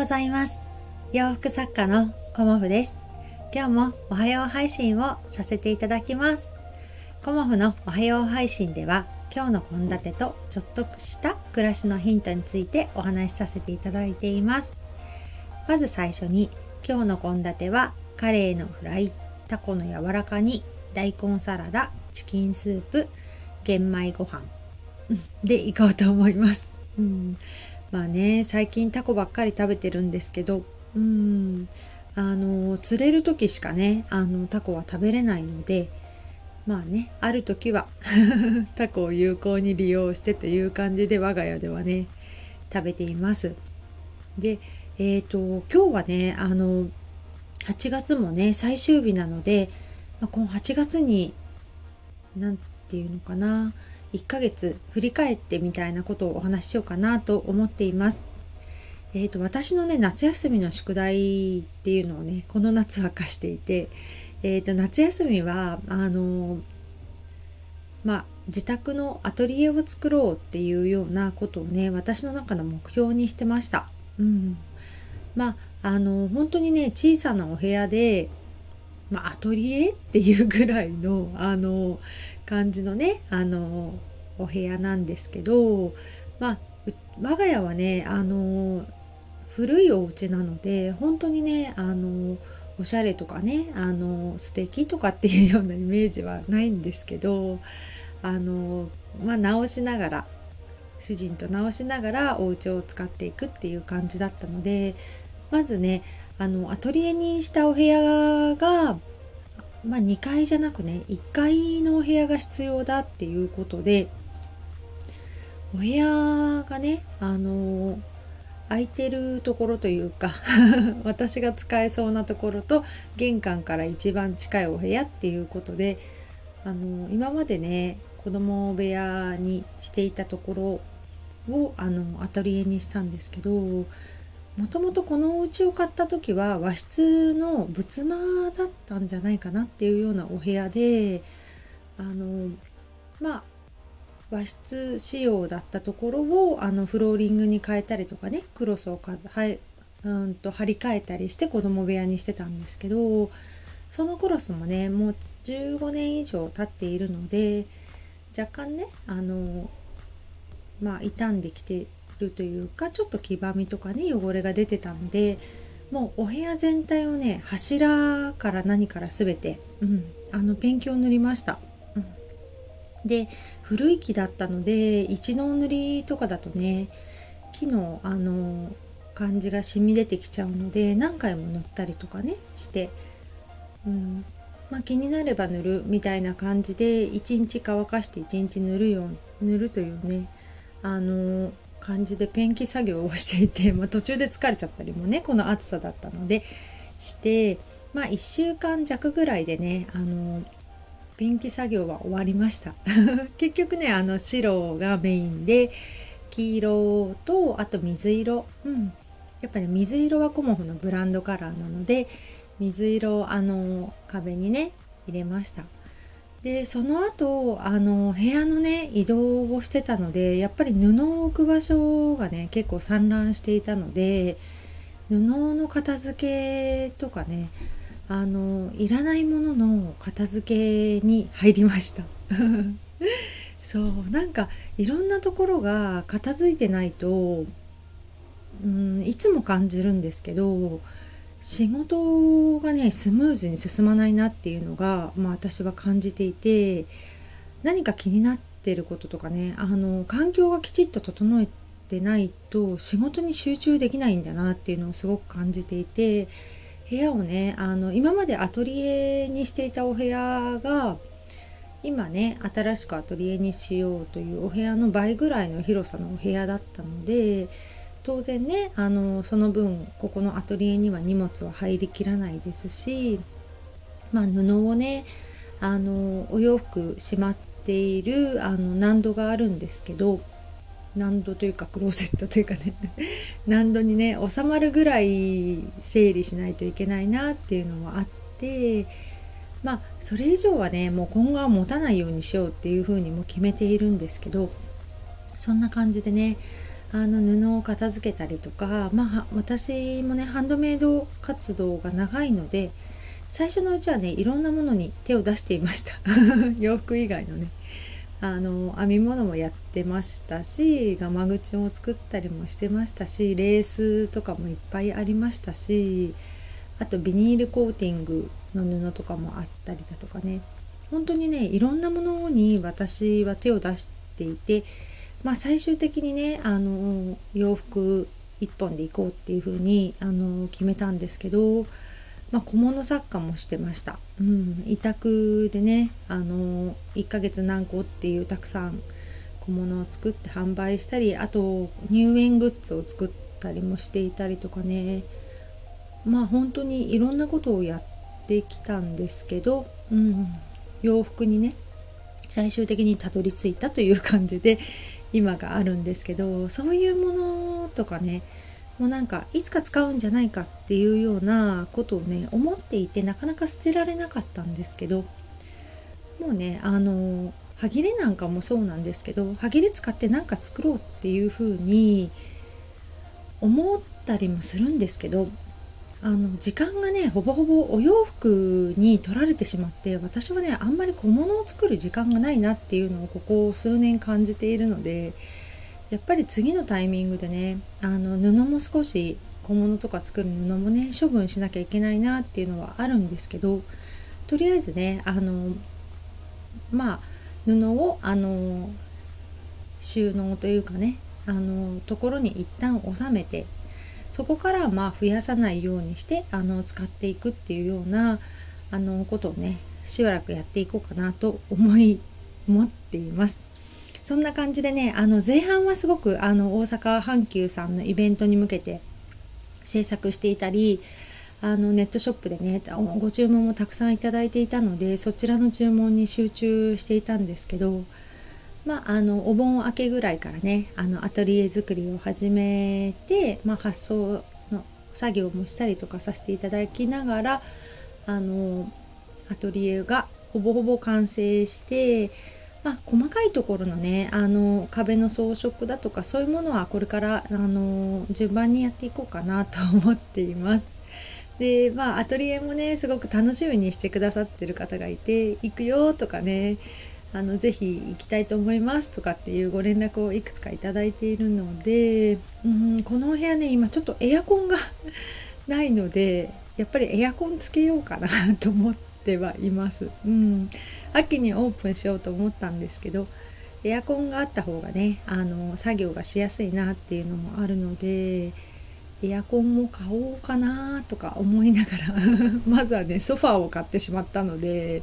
ざいます。洋服作家のコモフです。今日もおはよう配信をさせていただきます。コモフのおはよう配信では、今日の献立とちょっとした暮らしのヒントについてお話しさせていただいています。まず最初に、今日の献立はカレイのフライ、タコの柔らか煮、大根サラダ、チキンスープ、玄米ご飯でいこうと思います。まあね、最近タコばっかり食べてるんですけど、釣れる時しかね、タコは食べれないので、まあね、ある時はタコを有効に利用してという感じで我が家ではね、食べています。で、今日はね、8月もね、最終日なので、この8月に、なんていうのかな、1ヶ月振り返ってみたいなことをお話ししようかなと思っています。私のね、夏休みの宿題っていうのをね、この夏は課していて、夏休みは自宅のアトリエを作ろうっていうようなことをね、私の中の目標にしてました。本当にね、小さなお部屋で、アトリエっていうぐらいの感じのね、お部屋なんですけど、我が家はね、古いお家なので、本当にね、おしゃれとかね、素敵とかっていうようなイメージはないんですけど、直しながら、主人と直しながらお家を使っていくっていう感じだったので、まずね、アトリエにしたお部屋が、2階じゃなくね、1階のお部屋が必要だっていうことで、お部屋がね、空いてるところというか私が使えそうなところと玄関から一番近いお部屋っていうことで、今までね、子供部屋にしていたところをアトリエにしたんですけど、もともとこのお家を買った時は和室の仏間だったんじゃないかなっていうようなお部屋で、和室仕様だったところをフローリングに変えたりとかね、クロスを張り替えたりして子供部屋にしてたんですけど、そのクロスもね、もう15年以上経っているので、若干ね、傷んできてるというか、ちょっと黄ばみとかね、汚れが出てたので、もうお部屋全体をね、柱から何から全て、ペンキを塗りました。で、古い木だったので、一の塗りとかだとね、木の感じが染み出てきちゃうので、何回も塗ったりとかねして、気になれば塗るみたいな感じで、1日乾かして1日塗るというね、感じでペンキ作業をしていて、途中で疲れちゃったりもね、この暑さだったのでして、1週間弱ぐらいでね、ペンキ作業は終わりました結局ね、白がメインで、黄色とあと水色、やっぱり、水色はコモフのブランドカラーなので、水色を壁にね入れました。で、その後部屋のね移動をしてたので、やっぱり布を置く場所がね結構散乱していたので、布の片付けとかね、いらないものの片付けに入りましたそう、なんかいろんなところが片付いてないと、いつも感じるんですけど、仕事がねスムーズに進まないなっていうのが、私は感じていて、何か気になってることとかね、環境がきちっと整えてないと仕事に集中できないんだなっていうのをすごく感じていて、部屋をね、今までアトリエにしていたお部屋が、今ね新しくアトリエにしようというお部屋の倍ぐらいの広さのお部屋だったので、当然ね、その分ここのアトリエには荷物は入りきらないですし、布をね、お洋服しまっている難度があるんですけど、難度というかクローゼットというかね難度にね収まるぐらい整理しないといけないなっていうのもあって、それ以上はね、もう今後は持たないようにしようっていうふうにも決めているんですけど、そんな感じでね、 布を片付けたりとか、私もねハンドメイド活動が長いので、最初のうちはねいろんなものに手を出していました洋服以外のね編み物もやってましたし、ガマ口を作ったりもしてましたし、レースとかもいっぱいありましたし、あとビニールコーティングの布とかもあったりだとかね、本当にねいろんなものに私は手を出していて、最終的にね洋服一本で行こうっていう風に決めたんですけど、小物作家もしてました。委託でね1ヶ月何個っていうたくさん小物を作って販売したり、あと入園グッズを作ったりもしていたりとかね、本当にいろんなことをやってきたんですけど、洋服にね最終的にたどり着いたという感じで今があるんですけど、そういうものとかねもういつか使うんじゃないかっていうようなことをね思っていて、なかなか捨てられなかったんですけど、もうね歯切れなんかもそうなんですけど、歯切れ使って何か作ろうっていう風に思ったりもするんですけど、時間がねほぼほぼお洋服に取られてしまって、私はねあんまり小物を作る時間がないなっていうのをここ数年感じているので、やっぱり次のタイミングでね布も少し小物とか作る布もね処分しなきゃいけないなっていうのはあるんですけど、とりあえずね布を収納というかねところに一旦収めて、そこから増やさないようにして使っていくっていうようなことをねしばらくやっていこうかなと思っています。そんな感じでね前半はすごく大阪阪急さんのイベントに向けて制作していたり、ネットショップでねご注文もたくさんいただいていたので、そちらの注文に集中していたんですけど、お盆明けぐらいからねアトリエ作りを始めて、発送の作業もしたりとかさせていただきながらアトリエがほぼほぼ完成して、細かいところのね壁の装飾だとかそういうものはこれから順番にやっていこうかなと思っています。でアトリエもねすごく楽しみにしてくださってる方がいて、行くよとかねぜひ行きたいと思いますとかっていうご連絡をいくつかいただいているので、このお部屋ね今ちょっとエアコンがないので、やっぱりエアコンつけようかなと思ってはいます。秋にオープンしようと思ったんですけど、エアコンがあった方がね作業がしやすいなっていうのもあるので、エアコンも買おうかなとか思いながらまずはねソファーを買ってしまったので、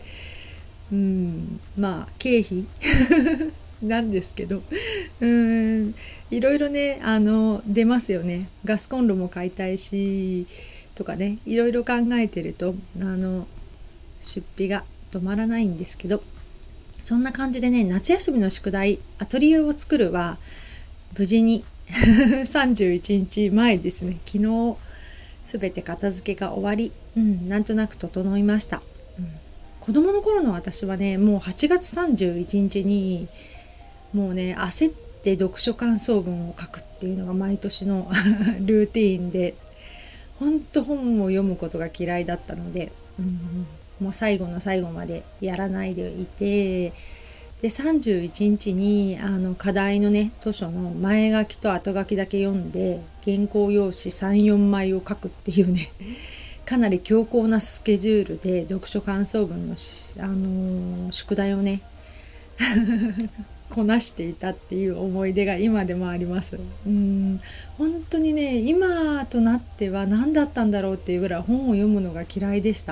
経費なんですけど、いろいろね出ますよね。ガスコンロも買いたいしとかね、いろいろ考えてると出費が止まらないんですけど、そんな感じでね夏休みの宿題アトリエを作るは無事に31日前ですね、昨日すべて片付けが終わり、なんとなく整いました。子供の頃の私はねもう8月31日にもうね焦って読書感想文を書くっていうのが毎年のルーティーンで、本を読むことが嫌いだったので、もう最後の最後までやらないでいて、で31日に課題のね図書の前書きと後書きだけ読んで原稿用紙 3,4 枚を書くっていうねかなり強硬なスケジュールで読書感想文の、宿題をねこなしていたっていう思い出が今でもあります。本当にね今となっては何だったんだろうっていうぐらい本を読むのが嫌いでした。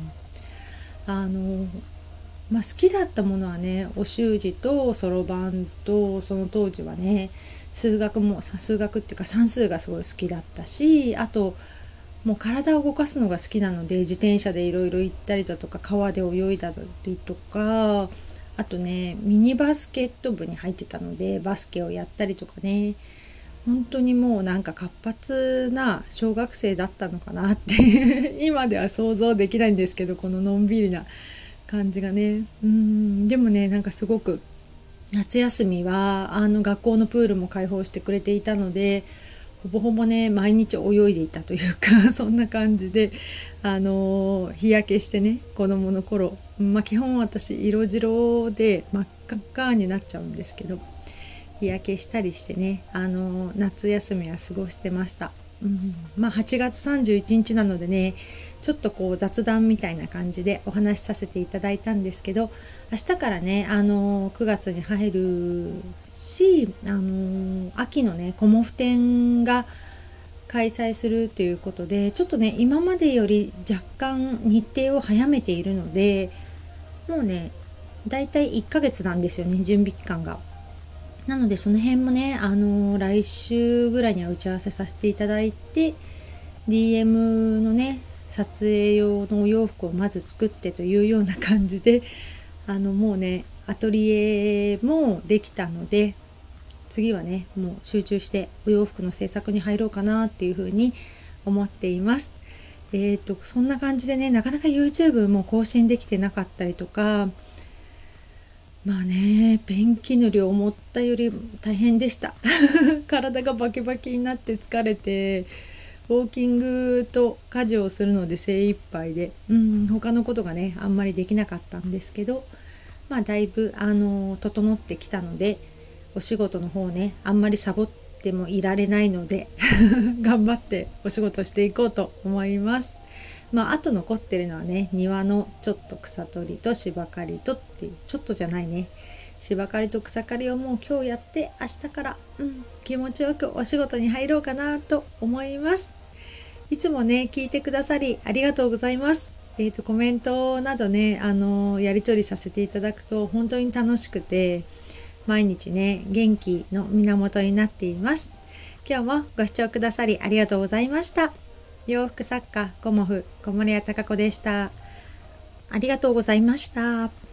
好きだったものはねお習字とそろばんと、その当時はね数学っていうか算数がすごい好きだったし、あともう体を動かすのが好きなので自転車でいろいろ行ったりだとか川で泳いだりとか、あとねミニバスケット部に入ってたのでバスケをやったりとかね、本当にもう活発な小学生だったのかなって今では想像できないんですけど、こののんびりな感じがねでもねすごく夏休みは学校のプールも開放してくれていたので、ほぼほぼね毎日泳いでいたというかそんな感じで日焼けしてね、子供の頃、基本私色白で真っ赤っかになっちゃうんですけど、日焼けしたりしてね、夏休みは過ごしてました。8月31日なのでね、ちょっとこう雑談みたいな感じでお話しさせていただいたんですけど、明日からね9月に入るし、秋のねコモフ展が開催するということで、ちょっとね今までより若干日程を早めているので、もうねだいたい1ヶ月なんですよね、準備期間が。なのでその辺もね来週ぐらいには打ち合わせさせていただいて、 DM のね撮影用のお洋服をまず作ってというような感じで、もうねアトリエもできたので、次はねもう集中してお洋服の制作に入ろうかなっていうふうに思っています。そんな感じでね、なかなか YouTube も更新できてなかったりとか、ペンキ塗り思ったより大変でした体がバキバキになって疲れて、ウォーキングと家事をするので精一杯で、他のことがねあんまりできなかったんですけど、だいぶ整ってきたので、お仕事の方ねあんまりサボってもいられないので頑張ってお仕事していこうと思います。あと残ってるのはね、庭のちょっと草取りと芝刈りとっていう、ちょっとじゃないね、芝刈りと草刈りをもう今日やって、明日から、気持ちよくお仕事に入ろうかなと思います。いつもね聞いてくださりありがとうございます。コメントなどねやり取りさせていただくと本当に楽しくて、毎日ね元気の源になっています。今日もご視聴くださりありがとうございました。洋服作家コモフ小森屋隆子でした。ありがとうございました。